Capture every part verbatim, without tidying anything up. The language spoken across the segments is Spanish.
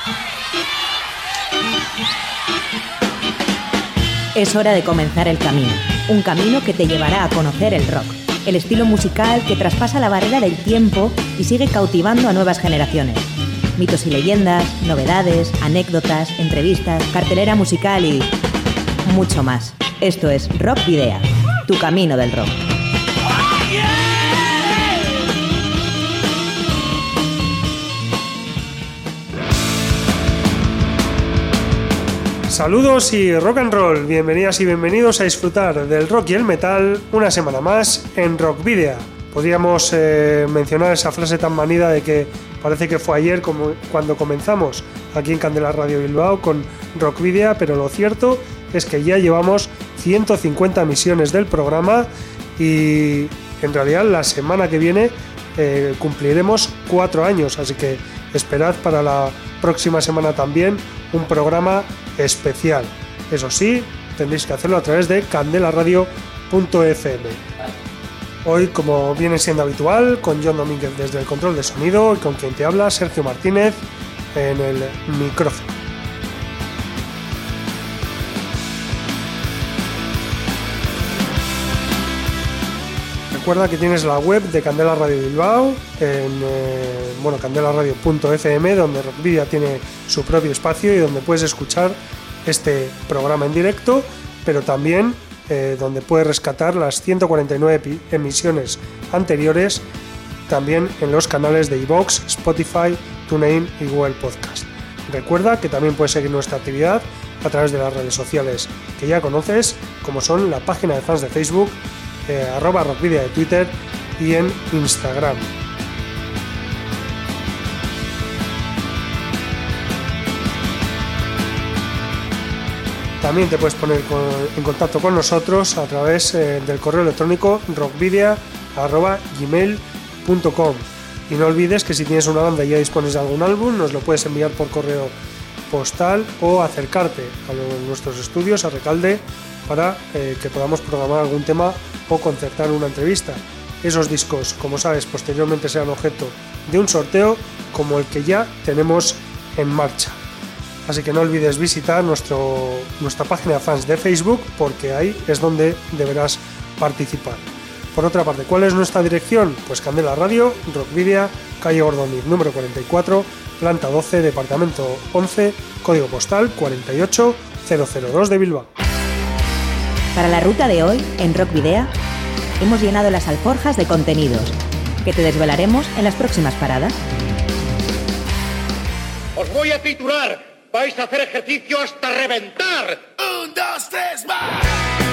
Es hora de comenzar el camino, un camino que te llevará a conocer el rock, el estilo musical que traspasa la barrera del tiempo y sigue cautivando a nuevas generaciones. Mitos y leyendas, novedades, anécdotas, entrevistas, cartelera musical y mucho más. Esto es Rock Video, tu camino del rock. Saludos y rock and roll, bienvenidas y bienvenidos a disfrutar del rock y el metal una semana más en Rock Video. Podríamos eh, mencionar esa frase tan manida de que parece que fue ayer como cuando comenzamos aquí en Candela Radio Bilbao con Rock Video, pero lo cierto es que ya llevamos ciento cincuenta emisiones del programa y en realidad la semana que viene eh, cumpliremos cuatro años, así que esperad para la próxima semana también un programa especial. Eso sí, tendréis que hacerlo a través de candela radio punto efe eme. Hoy, como viene siendo habitual, con John Domínguez desde el control de sonido y con quien te habla, Sergio Martínez, en el micrófono. Recuerda que tienes la web de Candela Radio Bilbao, en eh, bueno, candela radio punto efe eme, donde Rock Video tiene su propio espacio y donde puedes escuchar este programa en directo, pero también eh, donde puedes rescatar las ciento cuarenta y nueve epi- emisiones anteriores, también en los canales de iVoox, Spotify, TuneIn y Google Podcast. Recuerda que también puedes seguir nuestra actividad a través de las redes sociales que ya conoces, como son la página de fans de Facebook, Eh, arroba rockvidia de Twitter y en Instagram. También te puedes poner con, en contacto con nosotros a través eh, del correo electrónico rockvidia arroba gmail punto com. Y no olvides que si tienes una banda y ya dispones de algún álbum, nos lo puedes enviar por correo postal o acercarte a los, nuestros estudios a Recalde para eh, que podamos programar algún tema o concertar una entrevista. Esos discos, como sabes, posteriormente serán objeto de un sorteo como el que ya tenemos en marcha. Así que no olvides visitar nuestro, nuestra página de fans de Facebook, porque ahí es donde deberás participar. Por otra parte, ¿cuál es nuestra dirección? Pues Candela Radio, Rock Video, calle Gordoniz número cuarenta y cuatro, planta doce, departamento once, código postal cuarenta y ocho mil dos de Bilbao. Para la ruta de hoy, en Rock Video, hemos llenado las alforjas de contenidos que te desvelaremos en las próximas paradas. Os voy a titular. Vais a hacer ejercicio hasta reventar. Un, dos, tres, más.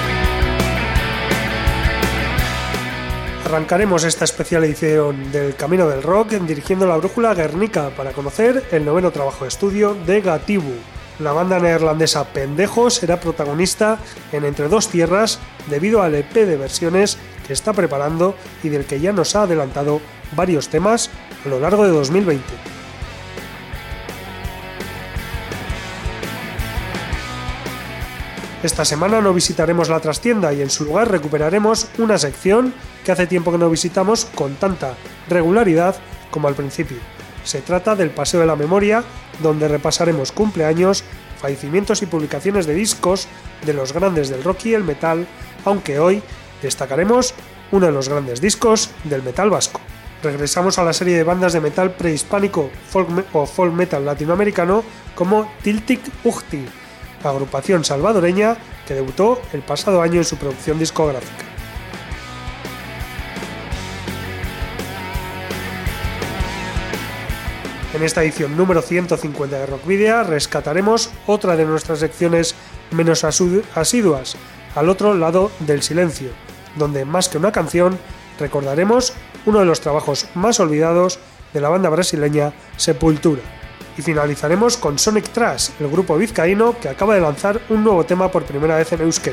Arrancaremos esta especial edición del Camino del Rock dirigiendo la brújula a Guernica para conocer el noveno trabajo de estudio de Gatibu. La banda neerlandesa Pendejo será protagonista en Entre dos tierras debido al E Pe de versiones que está preparando y del que ya nos ha adelantado varios temas a lo largo de dos mil veinte. Esta semana no visitaremos la trastienda y en su lugar recuperaremos una sección que hace tiempo que no visitamos con tanta regularidad como al principio. Se trata del Paseo de la Memoria, donde repasaremos cumpleaños, fallecimientos y publicaciones de discos de los grandes del rock y el metal, aunque hoy destacaremos uno de los grandes discos del metal vasco. Regresamos a la serie de bandas de metal prehispánico folk me- o folk metal latinoamericano como Tiltik Uhti, agrupación salvadoreña que debutó el pasado año en su producción discográfica. En esta edición número ciento cincuenta de Rock Video rescataremos otra de nuestras secciones menos asiduas, al otro lado del silencio, donde más que una canción recordaremos uno de los trabajos más olvidados de la banda brasileña Sepultura. Y finalizaremos con Sonic Trash, el grupo vizcaíno que acaba de lanzar un nuevo tema por primera vez en euskera.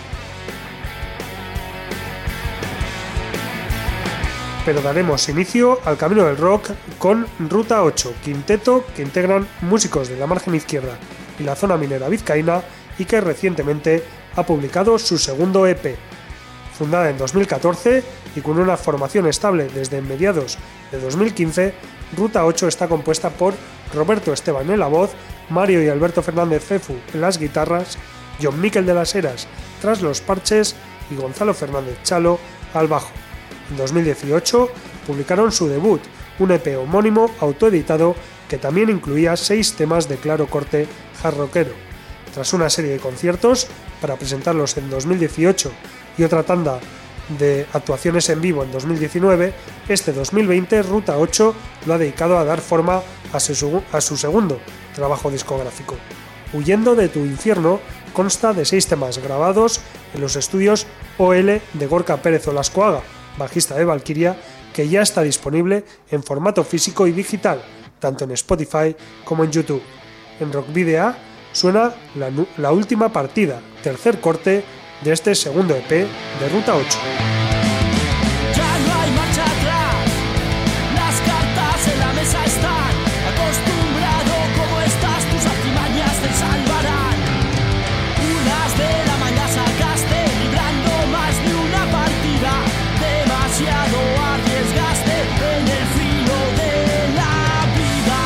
Pero daremos inicio al camino del rock con Ruta ocho, quinteto que integran músicos de la margen izquierda y la zona minera vizcaína y que recientemente ha publicado su segundo E Pe. Fundada en dos mil catorce y con una formación estable desde mediados de dos mil quince, Ruta ocho está compuesta por Roberto Esteban en la voz, Mario y Alberto Fernández Fefu en las guitarras, John Miquel de las Heras tras los parches y Gonzalo Fernández Chalo al bajo. En dos mil dieciocho publicaron su debut, un E P homónimo autoeditado que también incluía seis temas de claro corte hard rockero. Tras una serie de conciertos para presentarlos en dos mil dieciocho y otra tanda de actuaciones en vivo en dos mil diecinueve, este dos mil veinte Ruta ocho lo ha dedicado a dar forma a su, a su segundo trabajo discográfico. Huyendo de tu infierno consta de seis temas grabados en los estudios O L de Gorka Pérez Olascoaga, bajista de Valkyria, que ya está disponible en formato físico y digital, tanto en Spotify como en YouTube. En Rockvidea suena la, la última partida, tercer corte de este segundo E P de Ruta ocho. Ya no hay marcha atrás, las cartas en la mesa están, acostumbrado como estás, tus artimañas te salvarán. Unas de la manga sacaste, librando más de una partida, demasiado arriesgaste en el filo de la vida.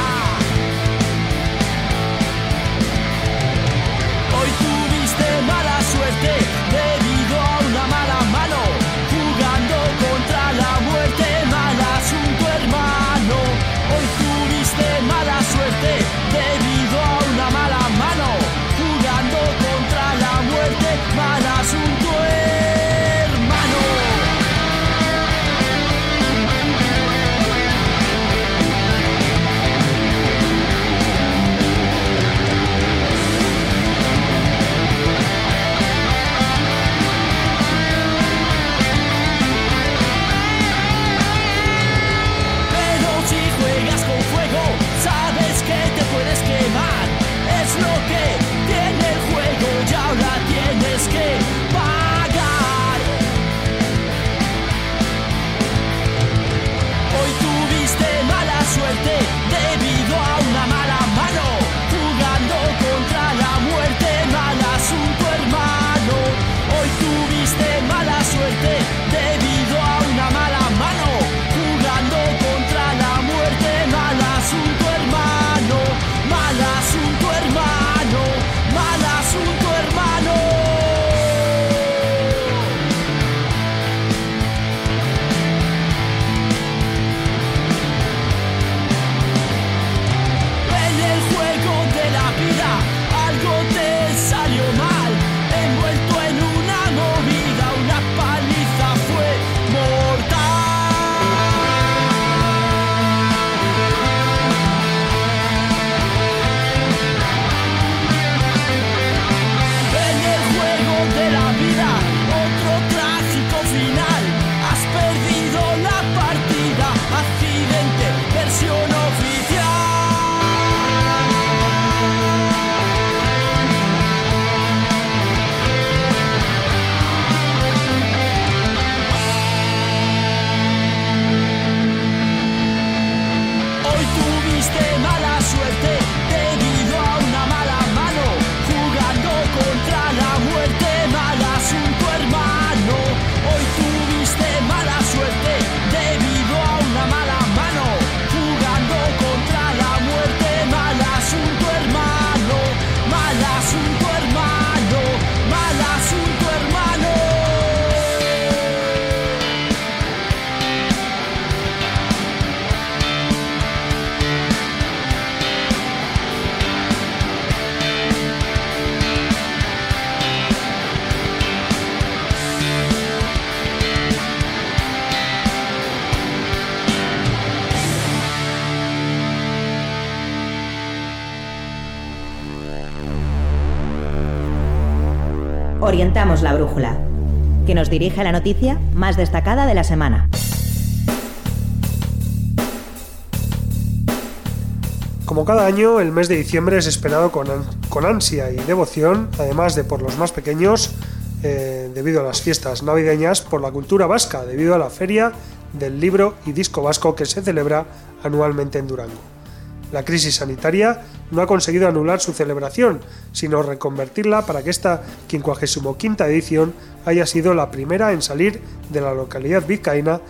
Hoy tuviste mala suerte debido a una mala mano, jugando contra la muerte, mal asunto hermano. Hoy tuviste mala suerte debido a una mala mano, jugando contra la muerte, mal asunto hermano. Pero si juegas con fuego, sabes que te puedes quemar. Es lo que tiene el juego y ahora tienes que pagar. Hoy tuviste mala suerte debido a una mala mano, jugando contra la muerte, mal asunto hermano. Hoy tuviste mala suerte debido a una mala mano, jugando contra la muerte, mal asunto hermano, mal asunto hermano, mal asunto hermano. En el juego de la vida algo te salió mal, envuelto en una movida, una paliza fue mortal. En el juego de la vida otro trágico final, has perdido la partida, accidente, versión oficial. Hoy tuviste mala suerte debido a una mala mano, jugando contra la muerte, mal asunto hermano. Hoy tuviste mala suerte debido a una mala mano, jugando contra la muerte, mal asunto hermano, mal asunto hermano, mal asunto hermano. Orientamos la brújula, que nos dirige a la noticia más destacada de la semana. Como cada año, el mes de diciembre es esperado con, con ansia y devoción, además de por los más pequeños, eh, debido a las fiestas navideñas, por la cultura vasca, debido a la Feria del Libro y Disco Vasco que se celebra anualmente en Durango. La crisis sanitaria no ha conseguido anular su celebración, sino reconvertirla para que esta quincuagésima quinta edición haya sido la primera en salir de la localidad vizcaína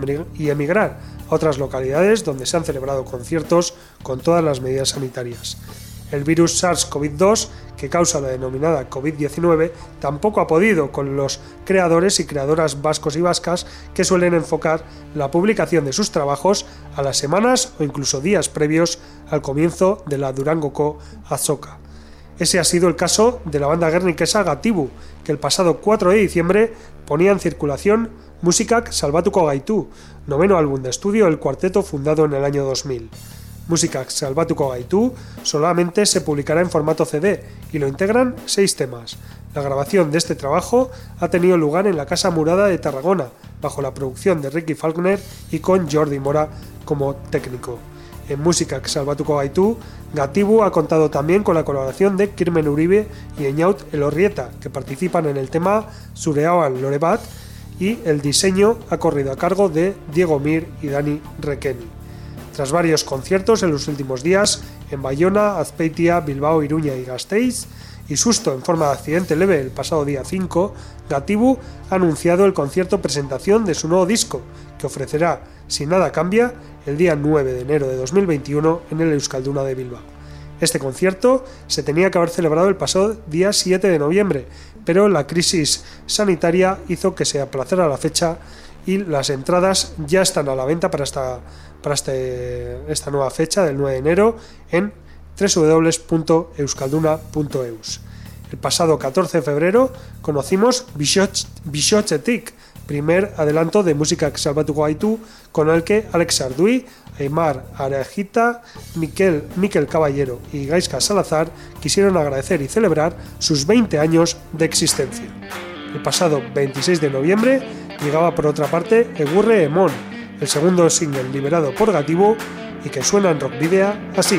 y emigrar a otras localidades donde se han celebrado conciertos con todas las medidas sanitarias. El virus SARS-CoV dos, que causa la denominada COVID diecinueve, tampoco ha podido con los creadores y creadoras vascos y vascas que suelen enfocar la publicación de sus trabajos a las semanas o incluso días previos al comienzo de la Durangoko Azoka. Ese ha sido el caso de la banda guerniquesa Gatibu, que el pasado cuatro de diciembre ponía en circulación Musikak Salbatuko Gaitu, noveno álbum de estudio del cuarteto fundado en el año dos mil. Musikak Salbatuko Gaitu solamente se publicará en formato C D y lo integran seis temas. La grabación de este trabajo ha tenido lugar en la Casa Murada de Tarragona, bajo la producción de Ricky Falkner y con Jordi Mora como técnico. En Musikak Salbatuko Gaitu, Gatibu ha contado también con la colaboración de Kirmen Uribe y Eñaut Elorrieta, que participan en el tema Zureaoan Lorebat, y el diseño ha corrido a cargo de Diego Mir y Dani Requeni. Tras varios conciertos en los últimos días en Bayona, Azpeitia, Bilbao, Iruña y Gasteiz, y susto en forma de accidente leve el pasado día cinco, Gatibu ha anunciado el concierto presentación de su nuevo disco, que ofrecerá, si nada cambia, el día nueve de enero de dos mil veintiuno en el Euskalduna de Bilbao. Este concierto se tenía que haber celebrado el pasado día siete de noviembre, pero la crisis sanitaria hizo que se aplazara la fecha y las entradas ya están a la venta para esta, para este, esta nueva fecha del nueve de enero en doble u doble u doble u punto euskalduna punto eus. El pasado catorce de febrero conocimos Bixotzetik, primer adelanto de Musikak Salbatuko Gaitu, con el que Alex Arduy, Aimar Arejita, Miquel, Miquel Caballero y Gaizka Salazar quisieron agradecer y celebrar sus veinte años de existencia. El pasado veintiséis de noviembre llegaba por otra parte Egurre Emon, el segundo single liberado por Gatibu y que suena en Rock Video así.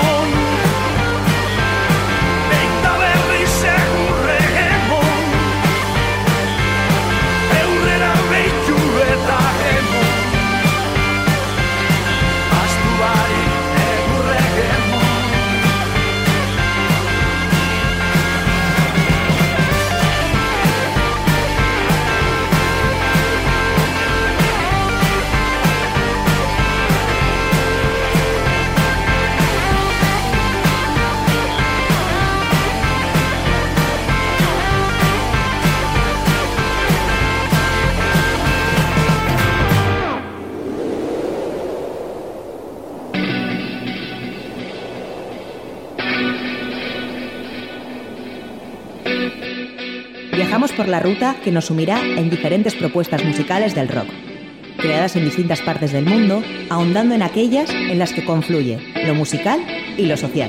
Eta berri segurre emon Viajamos por la ruta que nos sumirá en diferentes propuestas musicales del rock, creadas en distintas partes del mundo, ahondando en aquellas en las que confluye lo musical y lo social.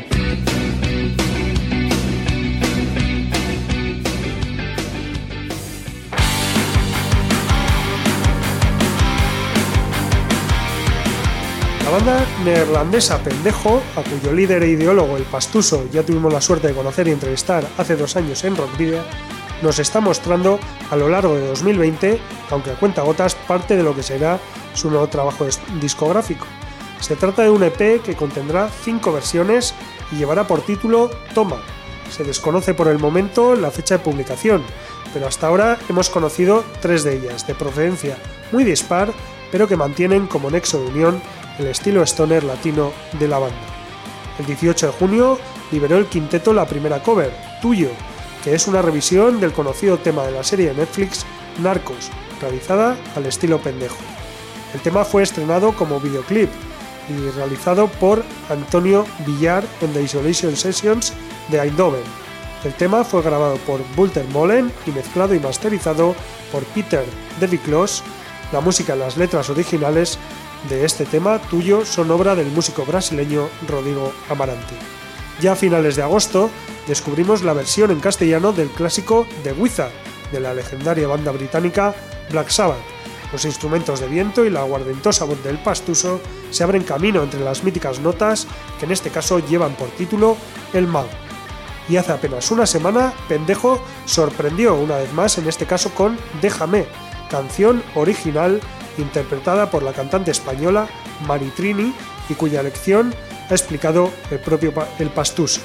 La banda neerlandesa Pendejo, a cuyo líder e ideólogo, el Pastuso, ya tuvimos la suerte de conocer y entrevistar hace dos años en Rockvidia, nos está mostrando a lo largo de dos mil veinte, aunque a cuentagotas, parte de lo que será su nuevo trabajo discográfico. Se trata de un E P que contendrá cinco versiones y llevará por título Toma. Se desconoce por el momento la fecha de publicación, pero hasta ahora hemos conocido tres de ellas, de procedencia muy dispar, pero que mantienen como nexo de unión el estilo stoner latino de la banda. El dieciocho de junio liberó el quinteto la primera cover, Tuyo, que es una revisión del conocido tema de la serie de Netflix Narcos, realizada al estilo Pendejo. El tema fue estrenado como videoclip y realizado por Antonio Villar en The Isolation Sessions de Eindhoven. El tema fue grabado por Walter Molen y mezclado y masterizado por Peter Deviclos. La música y las letras originales de este tema, Tuyo, son obra del músico brasileño Rodrigo Amarante. Ya a finales de agosto descubrimos la versión en castellano del clásico The Wizard, de la legendaria banda británica Black Sabbath. Los instrumentos de viento y la aguardentosa voz del Pastuso se abren camino entre las míticas notas que en este caso llevan por título El Mago. Y hace apenas una semana, Pendejo sorprendió una vez más, en este caso con Déjame, canción original interpretada por la cantante española Maritrini y cuya elección ha explicado el propio el Pastuso.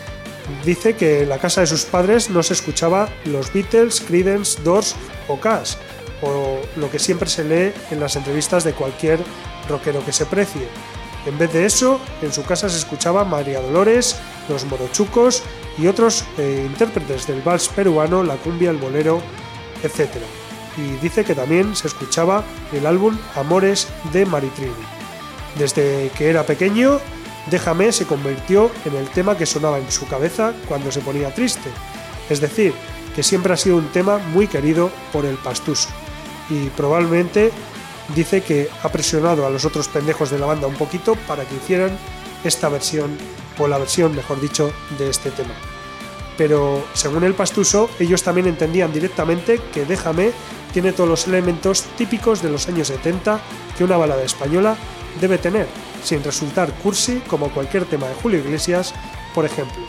Dice que en la casa de sus padres no se escuchaba los Beatles, Creedence, Doors o Cash, o lo que siempre se lee en las entrevistas de cualquier rockero que se precie. En vez de eso, en su casa se escuchaba María Dolores, los Morochucos y otros eh, intérpretes del vals peruano, la cumbia, el bolero, etcétera. Y dice que también se escuchaba el álbum Amores de Maritrini. Desde que era pequeño, Déjame se convirtió en el tema que sonaba en su cabeza cuando se ponía triste. Es decir, que siempre ha sido un tema muy querido por el Pastuso. Y probablemente dice que ha presionado a los otros pendejos de la banda un poquito para que hicieran esta versión, o la versión, mejor dicho, de este tema. Pero, según el Pastuso, ellos también entendían directamente que Déjame tiene todos los elementos típicos de los años setenta que una balada española debe tener, sin resultar cursi como cualquier tema de Julio Iglesias, por ejemplo.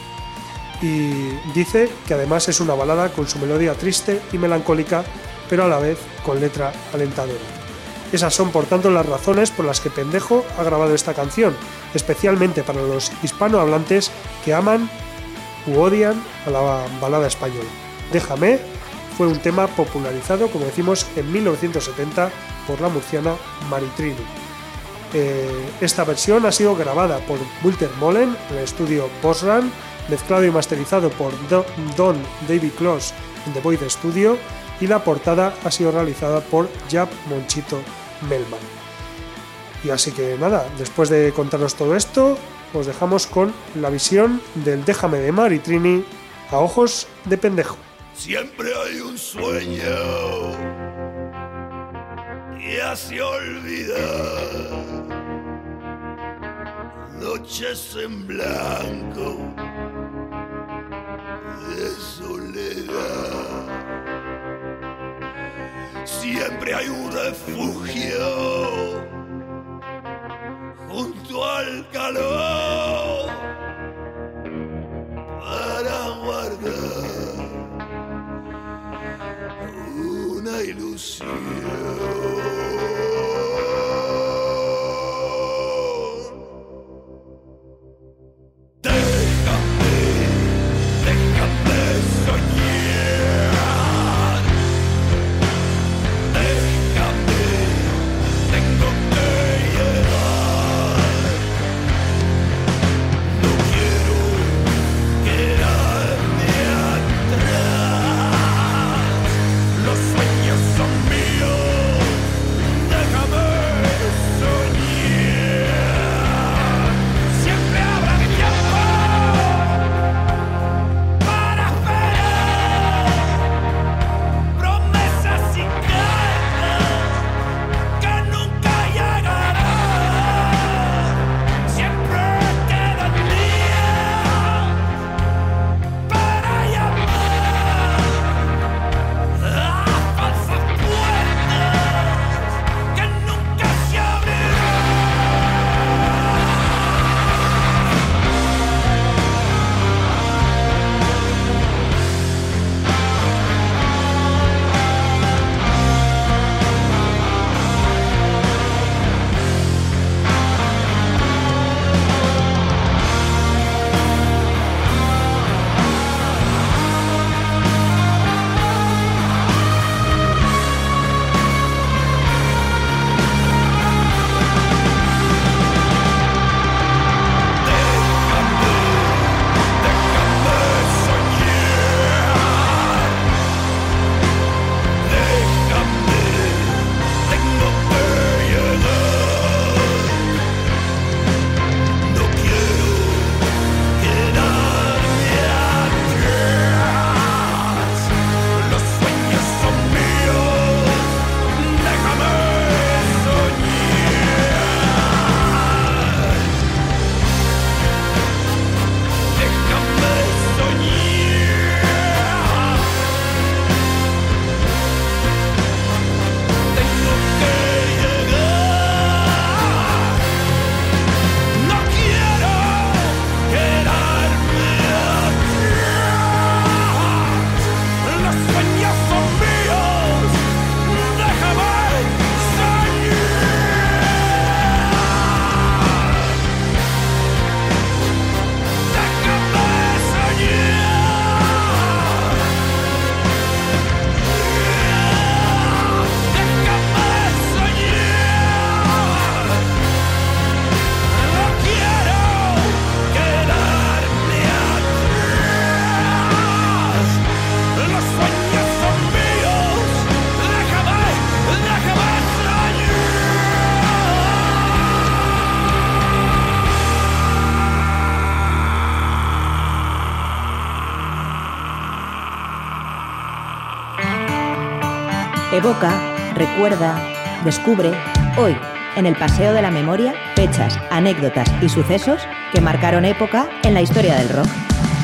Y dice que además es una balada con su melodía triste y melancólica, pero a la vez con letra alentadora. Esas son, por tanto, las razones por las que Pendejo ha grabado esta canción, especialmente para los hispanohablantes que aman u odian a la balada española. Déjame fue un tema popularizado, como decimos, en mil novecientos setenta por la murciana Maritrini. Eh, esta versión ha sido grabada por Walter Molen en el estudio Bosran, mezclado y masterizado por Don David Kloss en The Void Studio, y la portada ha sido realizada por Jap Monchito Melman. Y así que nada, después de contaros todo esto, os dejamos con la visión del Déjame de Maritrini a ojos de Pendejo. Siempre hay un sueño y así olvidar noches en blanco de soledad. Siempre hay un refugio junto al calor para guardar una ilusión. Los sueños son míos. Evoca, recuerda, descubre, hoy, en el Paseo de la Memoria, fechas, anécdotas y sucesos que marcaron época en la historia del rock.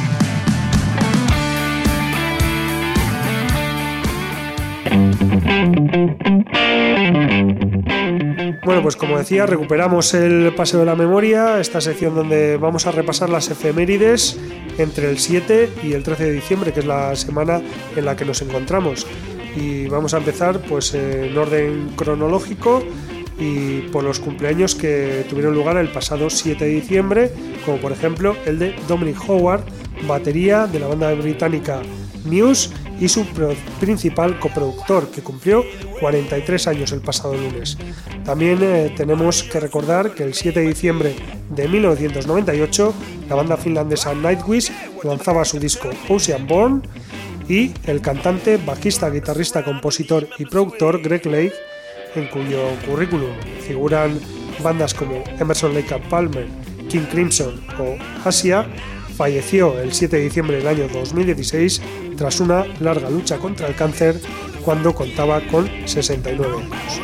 Bueno, pues como decía, recuperamos el Paseo de la Memoria, esta sección donde vamos a repasar las efemérides entre el siete y el trece de diciembre, que es la semana en la que nos encontramos. Y vamos a empezar pues en orden cronológico y por los cumpleaños que tuvieron lugar el pasado siete de diciembre, como por ejemplo el de Dominic Howard, batería de la banda británica Muse y su principal coproductor, que cumplió cuarenta y tres años el pasado lunes. También eh, tenemos que recordar que el siete de diciembre de mil novecientos noventa y ocho la banda finlandesa Nightwish lanzaba su disco Oceanborn, y el cantante, bajista, guitarrista, compositor y productor Greg Lake, en cuyo currículum figuran bandas como Emerson Lake and Palmer, King Crimson o Asia, falleció el siete de diciembre del año dos mil dieciséis tras una larga lucha contra el cáncer cuando contaba con sesenta y nueve años.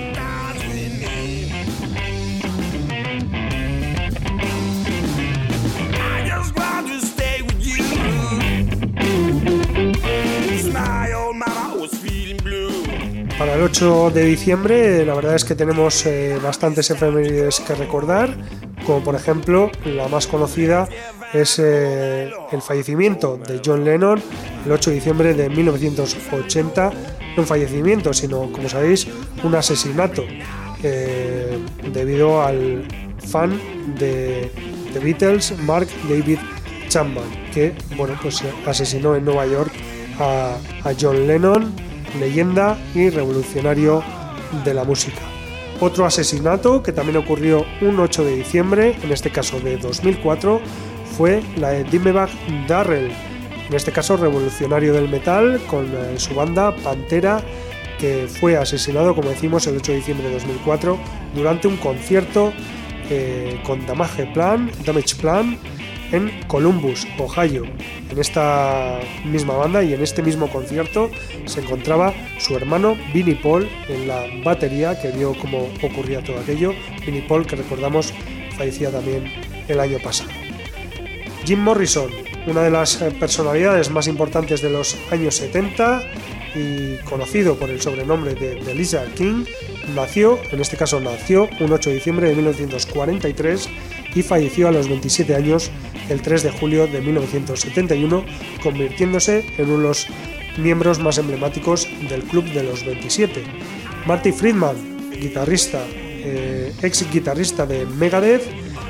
Para el ocho de diciembre la verdad es que tenemos eh, bastantes efemérides que recordar, como por ejemplo la más conocida es eh, el fallecimiento de John Lennon el ocho de diciembre de mil novecientos ochenta, no un fallecimiento sino, como sabéis, un asesinato eh, debido al fan de The Beatles, Mark David Chapman, que bueno, pues asesinó en Nueva York a, a John Lennon, leyenda y revolucionario de la música. Otro asesinato que también ocurrió un ocho de diciembre, en este caso de dos mil cuatro, fue la de Dimebag Darrell, en este caso revolucionario del metal, con eh, su banda Pantera, que fue asesinado, como decimos, el ocho de diciembre de dos mil cuatro durante un concierto eh, con Damage Plan, Damage Plan en Columbus, Ohio. En esta misma banda y en este mismo concierto se encontraba su hermano Vinnie Paul en la batería, que vio cómo ocurría todo aquello. Vinnie Paul, que recordamos fallecía también el año pasado. Jim Morrison, una de las personalidades más importantes de los años setenta y conocido por el sobrenombre de The Lizard King, nació, en este caso nació un ocho de diciembre de mil novecientos cuarenta y tres y falleció a los veintisiete años el tres de julio de mil novecientos setenta y uno, convirtiéndose en uno de los miembros más emblemáticos del Club de los veintisiete. Marty Friedman, guitarrista, eh, ex guitarrista de Megadeth,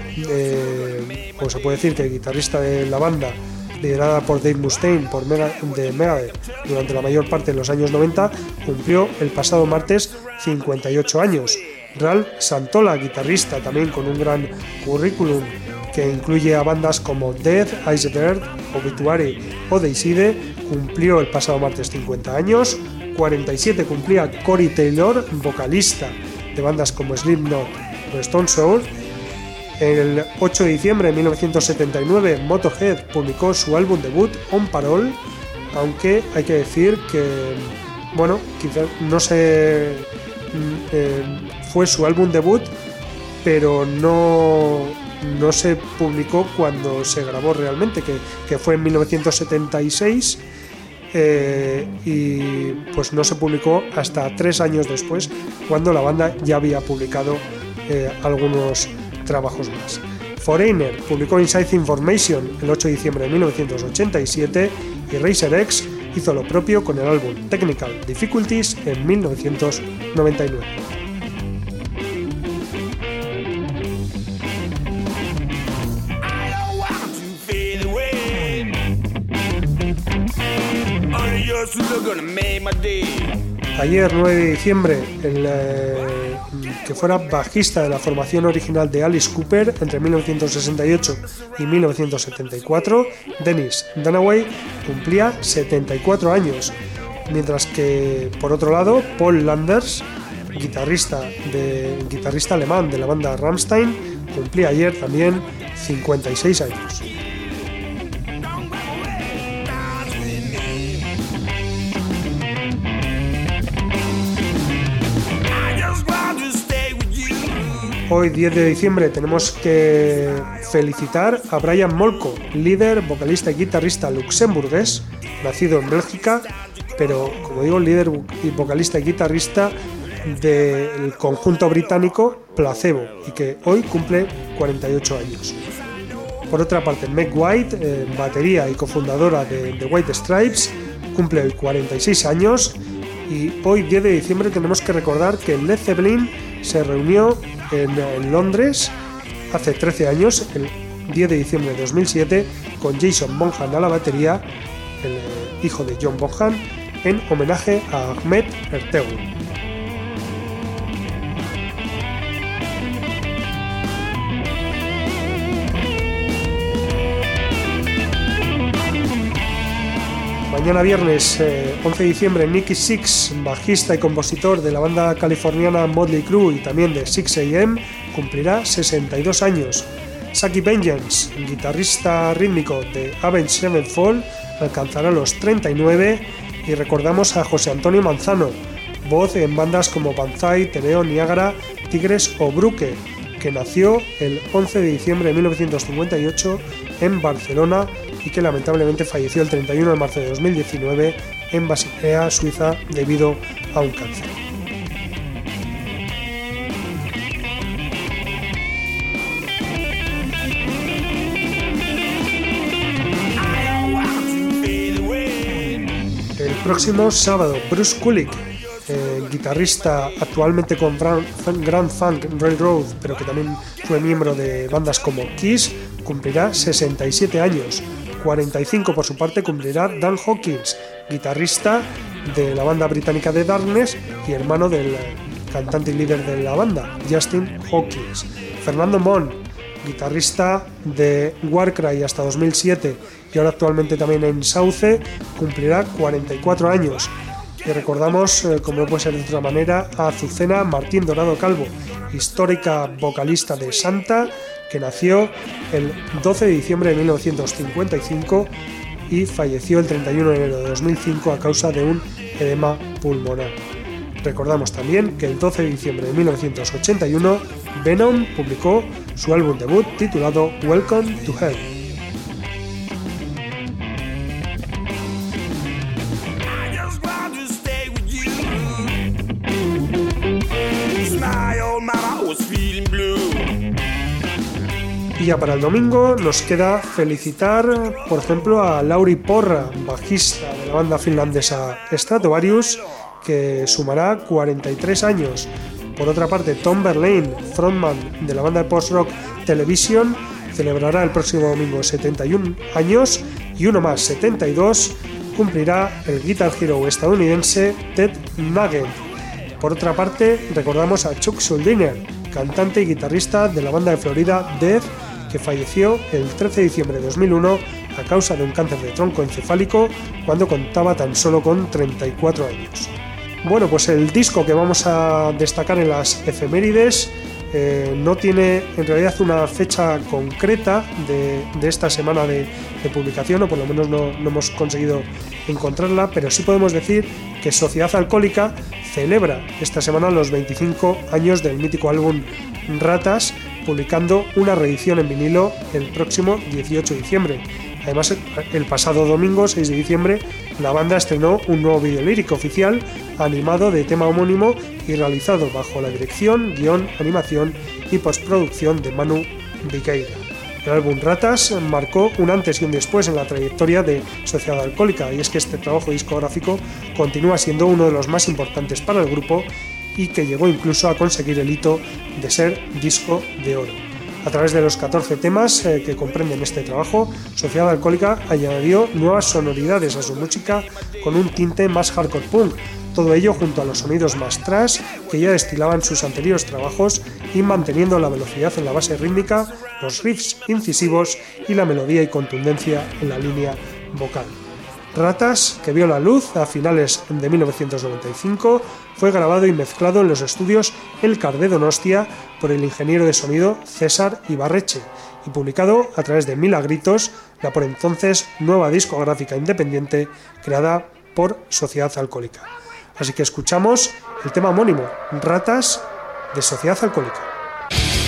eh, o se puede decir que guitarrista de la banda liderada por Dave Mustaine por Mega, de Megadeth durante la mayor parte de los años noventa, cumplió el pasado martes cincuenta y ocho años. Ralph Santola, guitarrista también con un gran currículum que incluye a bandas como Death, Icebird, Obituary o Deicide, cumplió el pasado martes cincuenta años. cuarenta y siete cumplía Corey Taylor, vocalista de bandas como Slipknot o Stone Sour. El ocho de diciembre de mil novecientos setenta y nueve, Motorhead publicó su álbum debut On Parole, aunque hay que decir que, bueno, quizás no sé, eh, fue su álbum debut, pero no, no se publicó cuando se grabó realmente, que, que fue en mil novecientos setenta y seis, eh, y pues no se publicó hasta tres años después, cuando la banda ya había publicado eh, algunos trabajos más. Foreigner publicó Inside Information el ocho de diciembre de mil novecientos ochenta y siete y Razer X hizo lo propio con el álbum Technical Difficulties en mil novecientos noventa y nueve. Ayer, nueve de diciembre, el eh, que fuera bajista de la formación original de Alice Cooper entre mil novecientos sesenta y ocho y mil novecientos setenta y cuatro, Dennis Dunaway, cumplía setenta y cuatro años, mientras que, por otro lado, Paul Landers, guitarrista, de, guitarrista alemán de la banda Rammstein, cumplía ayer también cincuenta y seis años. Hoy, diez de diciembre, tenemos que felicitar a Brian Molko, líder, vocalista y guitarrista luxemburgués, nacido en Bélgica, pero, como digo, líder y vocalista y guitarrista del conjunto británico Placebo, y que hoy cumple cuarenta y ocho años. Por otra parte, Meg White, eh, batería y cofundadora de The White Stripes, cumple hoy cuarenta y seis años. Y hoy, diez de diciembre, tenemos que recordar que Led Zeppelin se reunió en, en Londres hace trece años, el diez de diciembre de dos mil siete, con Jason Bonham a la batería, el eh, hijo de John Bonham, en homenaje a Ahmet Ertegun. Mañana viernes eh, once de diciembre, Nicky Six, bajista y compositor de la banda californiana Motley Crue y también de six a eme, cumplirá sesenta y dos años. Saki Vengeance, guitarrista rítmico de Avenged Sevenfold, alcanzará los treinta y nueve. Y recordamos a José Antonio Manzano, voz en bandas como Banzai, Teneo, Niágara, Tigres o Bruque, que nació el once de diciembre de mil novecientos cincuenta y ocho en Barcelona y que lamentablemente falleció el treinta y uno de marzo de dos mil diecinueve en Basilea, Suiza, debido a un cáncer. El próximo sábado, Bruce Kulick, eh, guitarrista actualmente con Grand Funk Railroad, pero que también fue miembro de bandas como Kiss, cumplirá sesenta y siete años. cuarenta y cinco por su parte cumplirá Dan Hawkins, guitarrista de la banda británica The Darkness y hermano del cantante y líder de la banda, Justin Hawkins. Fernando Mon, guitarrista de Warcry hasta dos mil siete y ahora actualmente también en Sauce, cumplirá cuarenta y cuatro años. Y recordamos, eh, como no puede ser de otra manera, a Azucena Martín Dorado Calvo, histórica vocalista de Santa, que nació el doce de diciembre de mil novecientos cincuenta y cinco y falleció el treinta y uno de enero de dos mil cinco a causa de un edema pulmonar. Recordamos también que el doce de diciembre de mil novecientos ochenta y uno Venom publicó su álbum debut titulado Welcome to Hell. Y ya para el domingo nos queda felicitar, por ejemplo, a Lauri Porra, bajista de la banda finlandesa Stratovarius, que sumará cuarenta y tres años. Por otra parte, Tom Verlaine, frontman de la banda de post-rock Television, celebrará el próximo domingo setenta y uno años, y uno más, setenta y dos, cumplirá el Guitar Hero estadounidense Ted Nugent. Por otra parte, recordamos a Chuck Schuldiner, cantante y guitarrista de la banda de Florida Death, que falleció el trece de diciembre de dos mil uno a causa de un cáncer de tronco encefálico cuando contaba tan solo con treinta y cuatro años. Bueno, pues el disco que vamos a destacar en las efemérides eh, no tiene en realidad una fecha concreta de, de esta semana de, de publicación, o por lo menos no, no hemos conseguido encontrarla, pero sí podemos decir que Sociedad Alcohólica celebra esta semana los veinticinco años del mítico álbum Ratas, publicando una reedición en vinilo el próximo dieciocho de diciembre. Además, el pasado domingo, seis de diciembre, la banda estrenó un nuevo vídeo lírico oficial animado de tema homónimo y realizado bajo la dirección, guión, animación y postproducción de Manu Viqueira. El álbum Ratas marcó un antes y un después en la trayectoria de Sociedad Alcohólica, y es que este trabajo discográfico continúa siendo uno de los más importantes para el grupo y que llegó incluso a conseguir el hito de ser disco de oro. A través de los catorce temas eh, que comprenden este trabajo, Sociedad Alcohólica añadió nuevas sonoridades a su música con un tinte más hardcore punk, todo ello junto a los sonidos más thrash que ya destilaban sus anteriores trabajos y manteniendo la velocidad en la base rítmica, los riffs incisivos y la melodía y contundencia en la línea vocal. Ratas, que vio la luz a finales de mil novecientos noventa y cinco, fue grabado y mezclado en los estudios El Car de Donostia por el ingeniero de sonido César Ibarreche y publicado a través de Milagritos, la por entonces nueva discográfica independiente creada por Sociedad Alcohólica. Así que escuchamos el tema homónimo, Ratas, de Sociedad Alcohólica.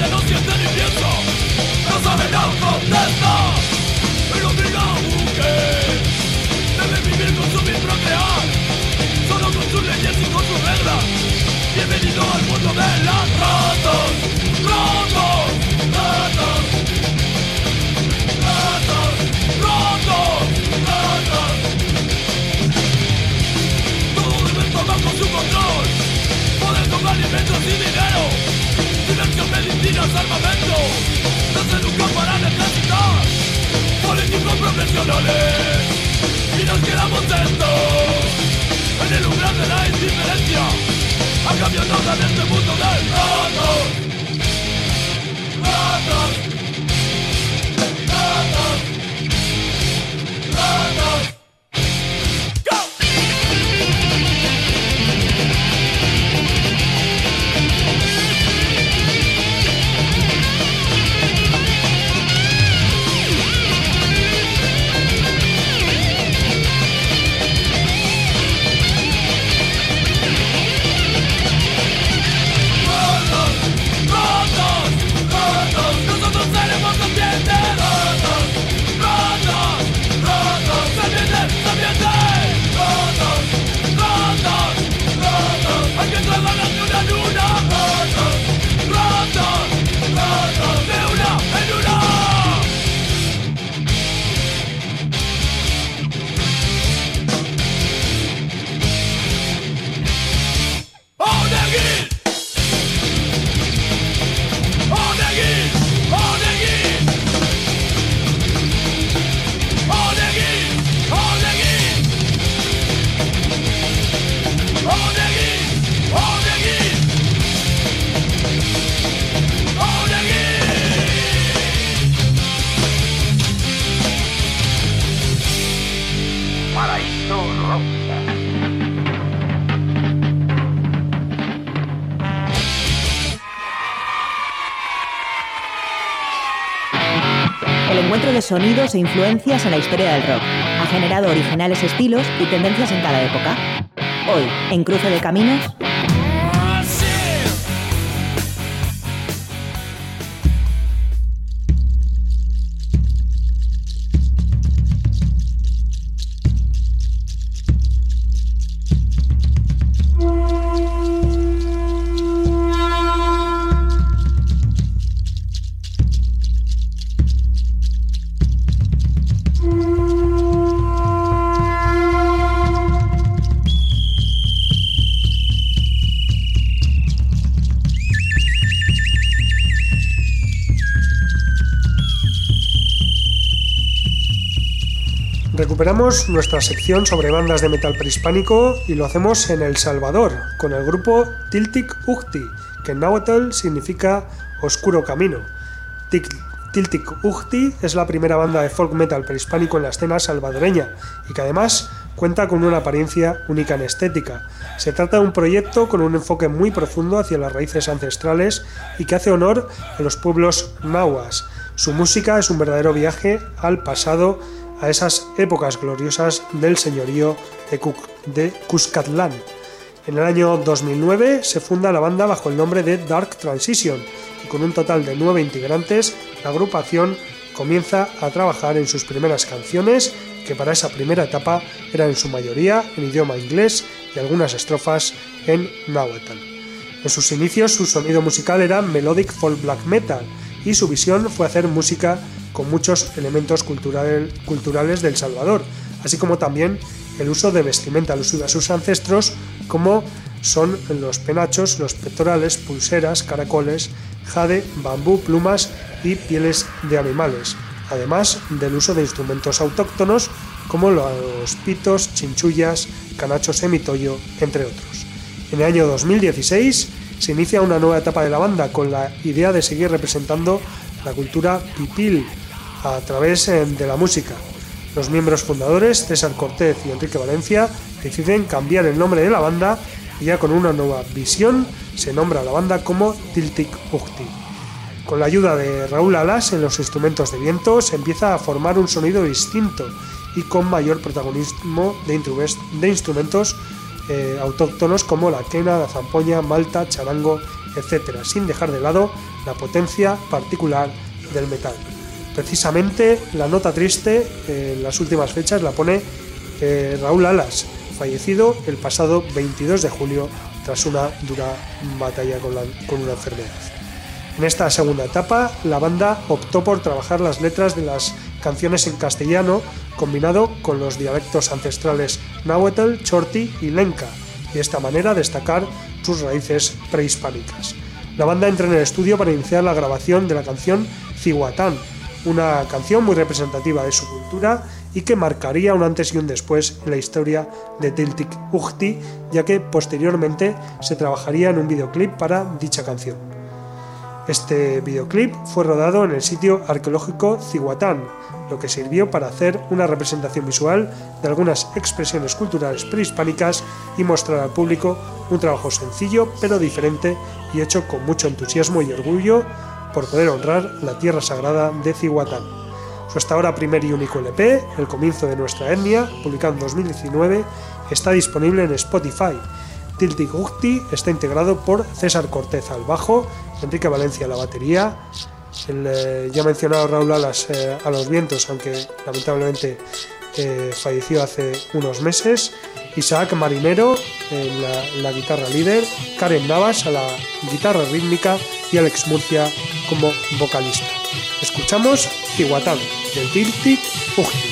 ella no siente ni piensa, no sabe, no contesta. El hombre y la mujer deben vivir, consumir, procrear, solo con sus leyes y con sus reglas. Bienvenido al mundo de las ratas, ratas, ratas, ratas, ratas, ratas. Todo debe estar bajo su control, poder con alimentos y dinero, diversión, medicinas, armamento. Nos educan para necesitar políticos profesionales y nos quedamos tentos en el umbral de la indiferencia. A cambio nada de este mundo del ratos, ratos, ratos, ratos. De sonidos e influencias en la historia del rock. Ha generado originales estilos y tendencias en cada época. Hoy, en Cruce de Caminos... Recuperamos nuestra sección sobre bandas de metal prehispánico y lo hacemos en El Salvador, con el grupo Tiltik Uhti, que en náhuatl significa oscuro camino. Tiltik Uhti es la primera banda de folk metal prehispánico en la escena salvadoreña y que además cuenta con una apariencia única en estética. Se trata de un proyecto con un enfoque muy profundo hacia las raíces ancestrales y que hace honor a los pueblos nahuas. Su música es un verdadero viaje al pasado, a esas épocas gloriosas del señorío de, Cuc- de Cuscatlán. En el año dos mil nueve se funda la banda bajo el nombre de Dark Transition y con un total de nueve integrantes, la agrupación comienza a trabajar en sus primeras canciones, que para esa primera etapa eran en su mayoría en idioma inglés y algunas estrofas en náhuatl. En sus inicios su sonido musical era melodic folk black metal y su visión fue hacer música con muchos elementos cultural, culturales de El Salvador, así como también el uso de vestimenta alusiva a sus ancestros, como son los penachos, los pectorales, pulseras, caracoles, jade, bambú, plumas y pieles de animales, además del uso de instrumentos autóctonos como los pitos, chinchullas, canachos semitoyo, entre otros. En el año dos mil dieciséis se inicia una nueva etapa de la banda con la idea de seguir representando la cultura pipil a través de la música. Los miembros fundadores, César Cortés y Enrique Valencia, deciden cambiar el nombre de la banda y ya con una nueva visión se nombra a la banda como Tiltik Uhti. Con la ayuda de Raúl Alas en los instrumentos de viento se empieza a formar un sonido distinto y con mayor protagonismo de, de instrumentos eh, autóctonos como la quena, la zampoña, malta, charango etcétera, sin dejar de lado la potencia particular del metal. Precisamente la nota triste eh, en las últimas fechas la pone eh, Raúl Alas, fallecido el pasado veintidós de julio tras una dura batalla con, la, con una enfermedad. En esta segunda etapa, la banda optó por trabajar las letras de las canciones en castellano, combinado con los dialectos ancestrales náhuatl, chorti y lenca, y de esta manera destacar sus raíces prehispánicas. La banda entra en el estudio para iniciar la grabación de la canción Cihuatán, una canción muy representativa de su cultura y que marcaría un antes y un después en la historia de Tiltik Ukhti, ya que posteriormente se trabajaría en un videoclip para dicha canción. Este videoclip fue rodado en el sitio arqueológico Cihuatán, lo que sirvió para hacer una representación visual de algunas expresiones culturales prehispánicas y mostrar al público un trabajo sencillo pero diferente y hecho con mucho entusiasmo y orgullo por poder honrar la tierra sagrada de Cihuatán. Su hasta ahora primer y único L P, El comienzo de nuestra etnia, publicado en dos mil diecinueve, está disponible en Spotify. Tiltik Ukhti está integrado por César Cortez al bajo, Enrique Valencia a la batería, el eh, ya mencionado Raúl Alas eh, a los vientos, aunque lamentablemente eh, falleció hace unos meses, Isaac Marinero en la, en la guitarra líder, Karen Navas a la guitarra rítmica y Alex Murcia como vocalista. Escuchamos Cihuatán del Tiltik Ukhti.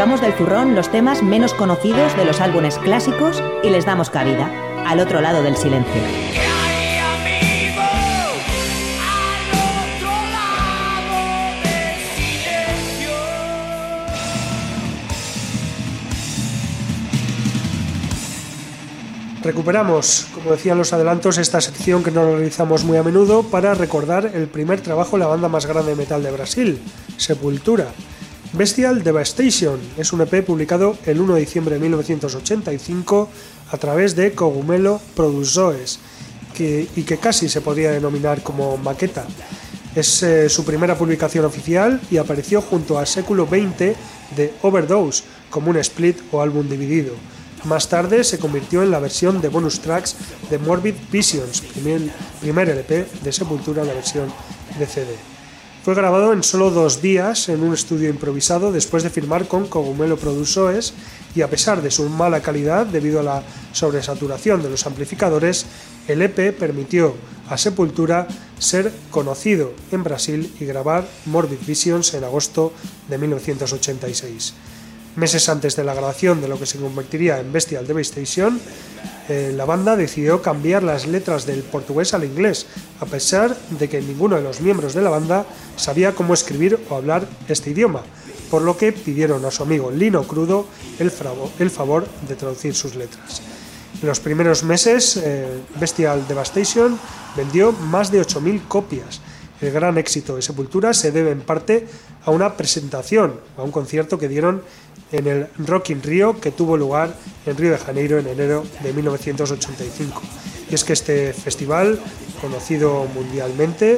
sacamos del zurrón los temas menos conocidos de los álbumes clásicos y les damos cabida, al otro lado del silencio. Recuperamos, como decían los adelantos, esta sección que no realizamos muy a menudo para recordar el primer trabajo de la banda más grande de metal de Brasil, Sepultura. Bestial Devastation es un E P publicado el uno de diciembre de mil novecientos ochenta y cinco a través de Cogumelo Produções, que, y que casi se podría denominar como maqueta. Es eh, su primera publicación oficial y apareció junto a Século veinte de Overdose como un split o álbum dividido. Más tarde se convirtió en la versión de bonus tracks de Morbid Visions, primer, primer L P de Sepultura en la versión de C D. Fue grabado en solo dos días en un estudio improvisado después de firmar con Cogumelo Produções y a pesar de su mala calidad debido a la sobresaturación de los amplificadores, el E P permitió a Sepultura ser conocido en Brasil y grabar Morbid Visions en agosto de mil novecientos ochenta y seis. Meses antes de la grabación de lo que se convertiría en Bestial Devastation, eh, la banda decidió cambiar las letras del portugués al inglés, a pesar de que ninguno de los miembros de la banda sabía cómo escribir o hablar este idioma, por lo que pidieron a su amigo Lino Crudo el, fravo, el favor de traducir sus letras. En los primeros meses, eh, Bestial Devastation vendió más de ocho mil copias. El gran éxito de Sepultura se debe en parte a una presentación, a un concierto que dieron en el Rock in Rio, que tuvo lugar en Río de Janeiro en enero de mil novecientos ochenta y cinco. Y es que este festival, conocido mundialmente,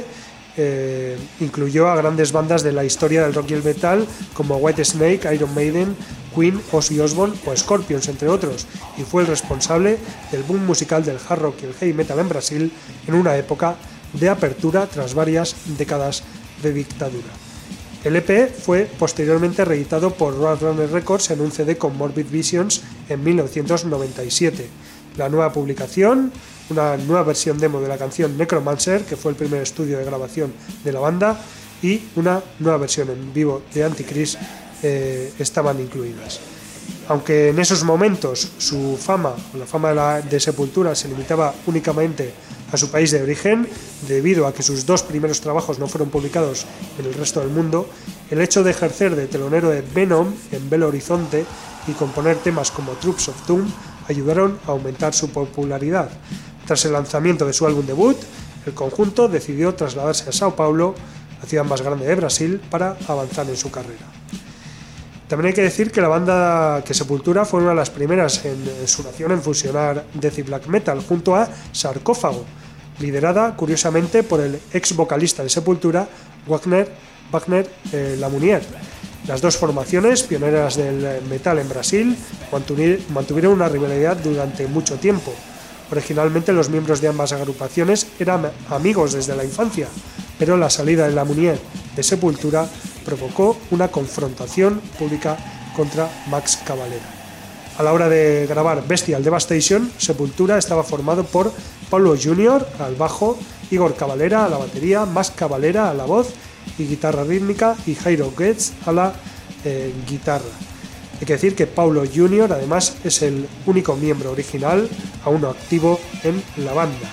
eh, incluyó a grandes bandas de la historia del rock y el metal como Whitesnake, Iron Maiden, Queen, Ozzy Osbourne o Scorpions, entre otros, y fue el responsable del boom musical del hard rock y el heavy metal en Brasil en una época de apertura tras varias décadas de dictadura. El E P fue posteriormente reeditado por Roadrunner Records en un C D con Morbid Visions en mil novecientos noventa y siete. La nueva publicación, una nueva versión demo de la canción Necromancer, que fue el primer estudio de grabación de la banda, y una nueva versión en vivo de Antichrist eh, estaban incluidas. Aunque en esos momentos su fama, la fama de, la, de Sepultura, se limitaba únicamente a su país de origen, debido a que sus dos primeros trabajos no fueron publicados en el resto del mundo, el hecho de ejercer de telonero de Venom en Belo Horizonte y componer temas como Troops of Doom ayudaron a aumentar su popularidad. Tras el lanzamiento de su álbum debut, el conjunto decidió trasladarse a Sao Paulo, la ciudad más grande de Brasil, para avanzar en su carrera. También hay que decir que la banda que Sepultura fue una de las primeras en, en su nación en fusionar death y black metal junto a Sarcófago, liderada curiosamente por el ex vocalista de Sepultura, Wagner, Wagner eh, Lamounier. Las dos formaciones, pioneras del metal en Brasil, mantuvieron una rivalidad durante mucho tiempo. Originalmente los miembros de ambas agrupaciones eran amigos desde la infancia, pero la salida de Lamounier de Sepultura provocó una confrontación pública contra Max Cavalera. A la hora de grabar Bestial Devastation, Sepultura estaba formado por Paulo Júnior al bajo, Igor Cavalera a la batería, Max Cavalera a la voz y guitarra rítmica y Jairo Goetz a la eh, guitarra. Hay que decir que Paulo Júnior además es el único miembro original aún no activo en la banda.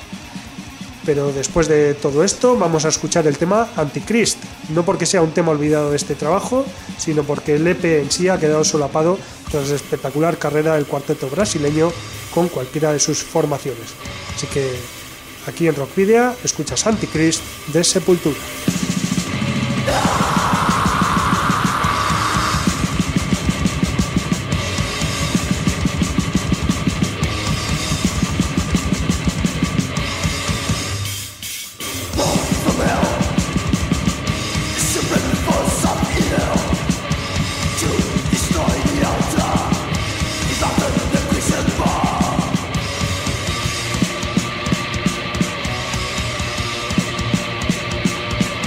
Pero después de todo esto vamos a escuchar el tema Antichrist, no porque sea un tema olvidado de este trabajo, sino porque el E P en sí ha quedado solapado tras la espectacular carrera del cuarteto brasileño con cualquiera de sus formaciones. Así que aquí en Rockvidia escuchas Antichrist de Sepultura. Bye.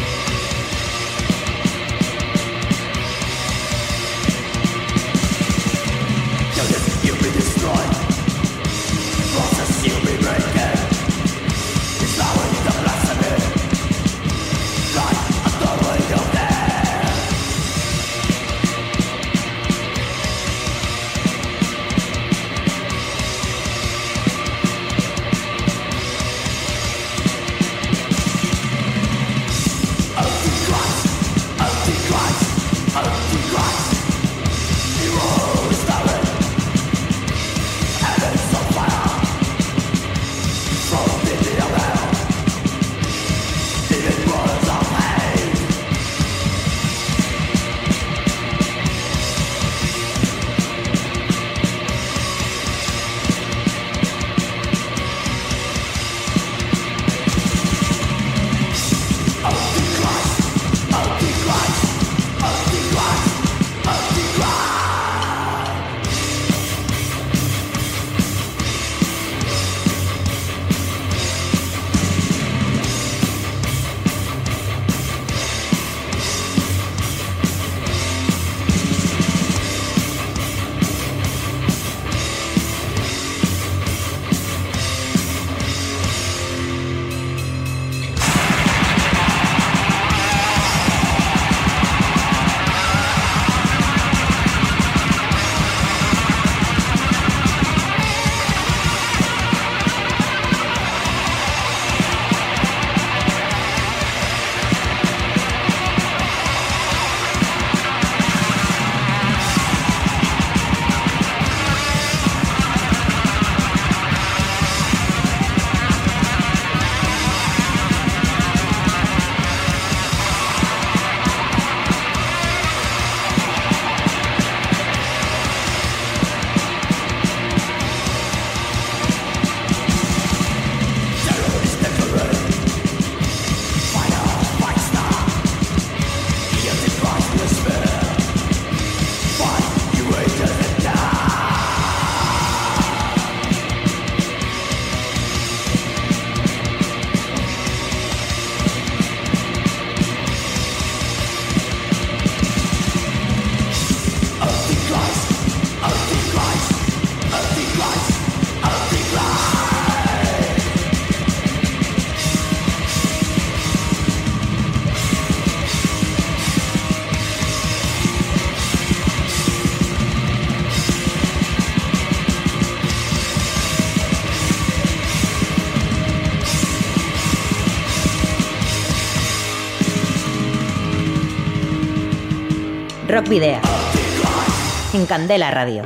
Rock Video. En Candela Radio.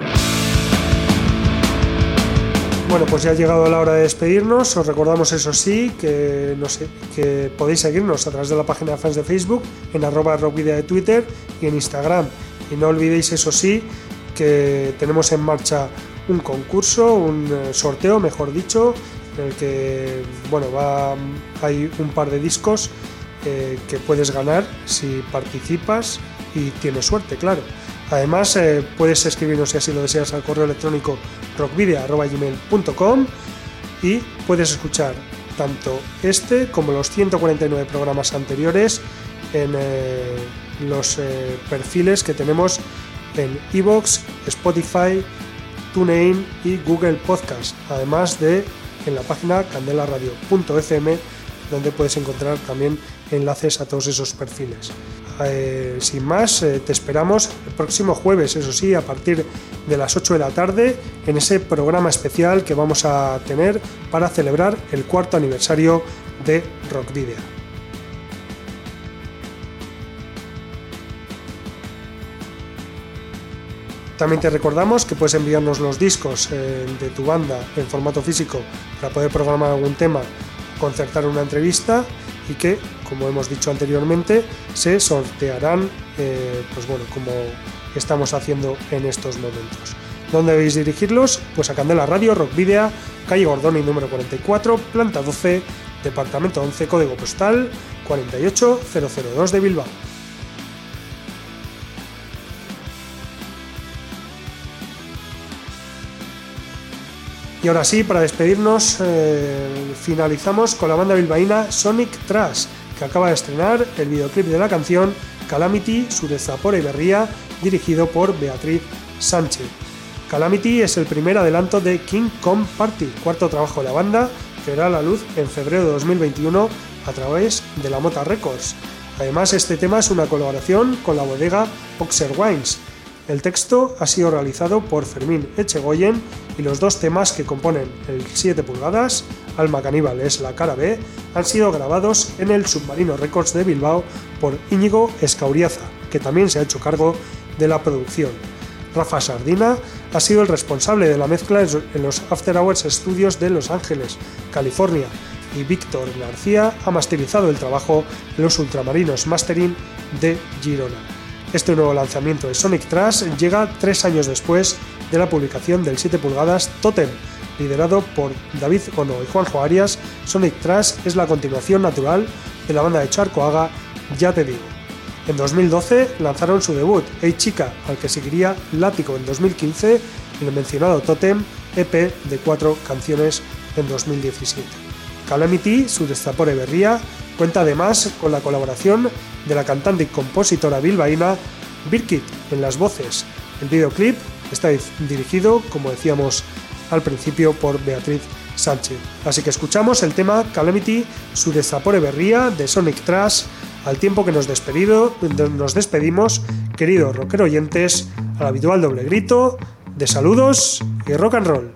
Bueno, pues ya ha llegado la hora de despedirnos. Os recordamos, eso sí, que no sé, que podéis seguirnos a través de la página de fans de Facebook, en arroba rockvidea de Twitter y en Instagram. Y no olvidéis, eso sí, que tenemos en marcha un concurso, un sorteo, mejor dicho, en el que, bueno, va, hay un par de discos eh, que puedes ganar si participas y tienes suerte, claro. Además, eh, puedes escribirnos, si así lo deseas, al correo electrónico rockvidea arroba gmail punto com y puedes escuchar tanto este como los ciento cuarenta y nueve programas anteriores en eh, los eh, perfiles que tenemos en iVoox, Spotify, TuneIn y Google Podcast, además de en la página candelaradio punto efe eme, donde puedes encontrar también enlaces a todos esos perfiles. Eh, sin más, eh, te esperamos el próximo jueves, eso sí, a partir de las ocho de la tarde, en ese programa especial que vamos a tener para celebrar el cuarto aniversario de Rock Video. También te recordamos que puedes enviarnos los discos eh, de tu banda en formato físico para poder programar algún tema, concertar una entrevista y que, como hemos dicho anteriormente, se sortearán, eh, pues bueno, como estamos haciendo en estos momentos. ¿Dónde debéis dirigirlos? Pues a Candela Radio, Rock Video, calle Gordoni número cuarenta y cuatro, planta doce, departamento once, código postal cuarenta y ocho mil dos de Bilbao. Y ahora sí, para despedirnos, eh, finalizamos con la banda bilbaína Sonic Trash, que acaba de estrenar el videoclip de la canción Calamity, Surezapora y Berría, dirigido por Beatriz Sánchez. Calamity es el primer adelanto de King Kong Party, cuarto trabajo de la banda, que verá la luz en febrero de dos mil veintiuno a través de la Mota Records. Además, este tema es una colaboración con la bodega Oxer Wines. El texto ha sido realizado por Fermín Echegoyen y los dos temas que componen el siete pulgadas, Alma Caníbal es la cara B, han sido grabados en el Submarino Records de Bilbao por Íñigo Escauriaza, que también se ha hecho cargo de la producción. Rafa Sardina ha sido el responsable de la mezcla en los After Hours Studios de Los Ángeles, California, y Víctor García ha masterizado el trabajo en los Ultramarinos Mastering de Girona. Este nuevo lanzamiento de Sonic Trash llega tres años después de la publicación del siete pulgadas Totem, liderado por David Ono y Juanjo Arias. Sonic Trash es la continuación natural de la banda de Charcoaga, Ya Te Digo. En dos mil doce lanzaron su debut, Hey Chica, al que seguiría Látigo en dos mil quince y el mencionado Totem, E P de cuatro canciones en dos mil diecisiete. Calamity, Surezapora y Berría, cuenta además con la colaboración de la cantante y compositora bilbaína Birkit en las voces. El videoclip está dirigido, como decíamos al principio, por Beatriz Sánchez. Así que escuchamos el tema Calamity, Surezapora y Berría de Sonic Trash, al tiempo que nos, despedido, nos despedimos, queridos rockero oyentes, al habitual doble grito de saludos y rock and roll.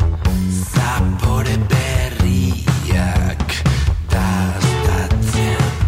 Zapore berriak daztatzen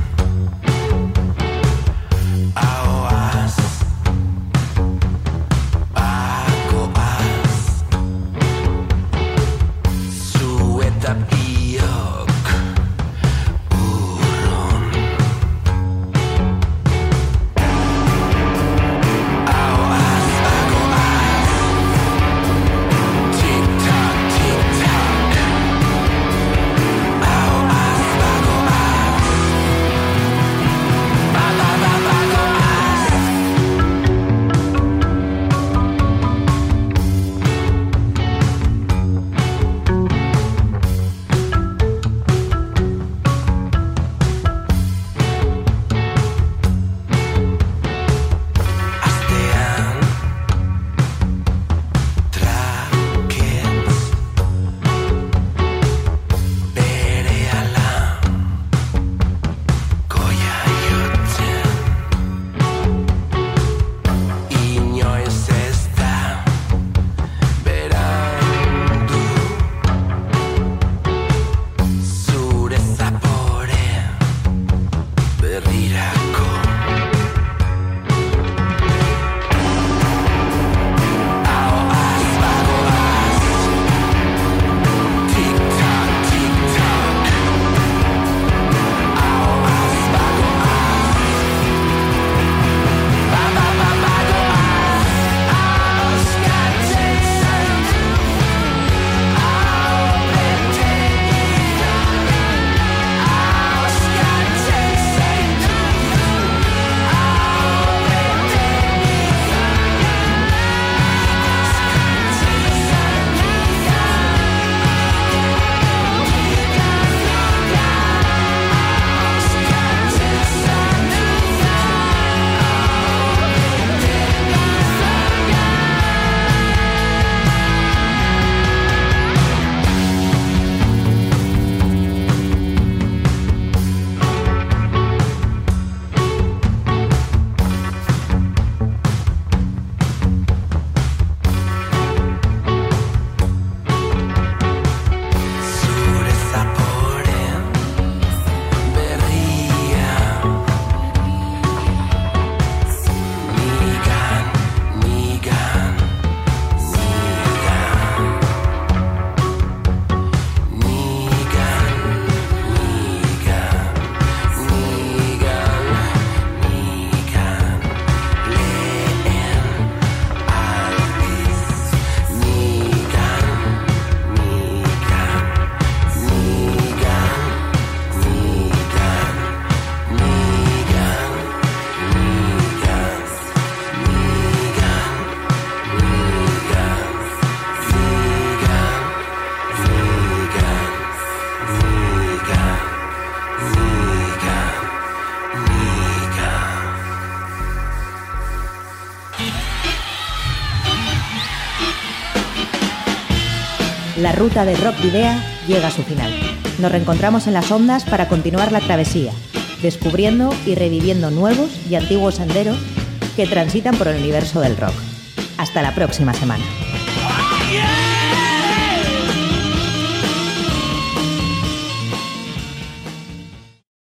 La ruta de Rock Video llega a su final. Nos reencontramos en las ondas para continuar la travesía, descubriendo y reviviendo nuevos y antiguos senderos que transitan por el universo del rock. Hasta la próxima semana. Yeah!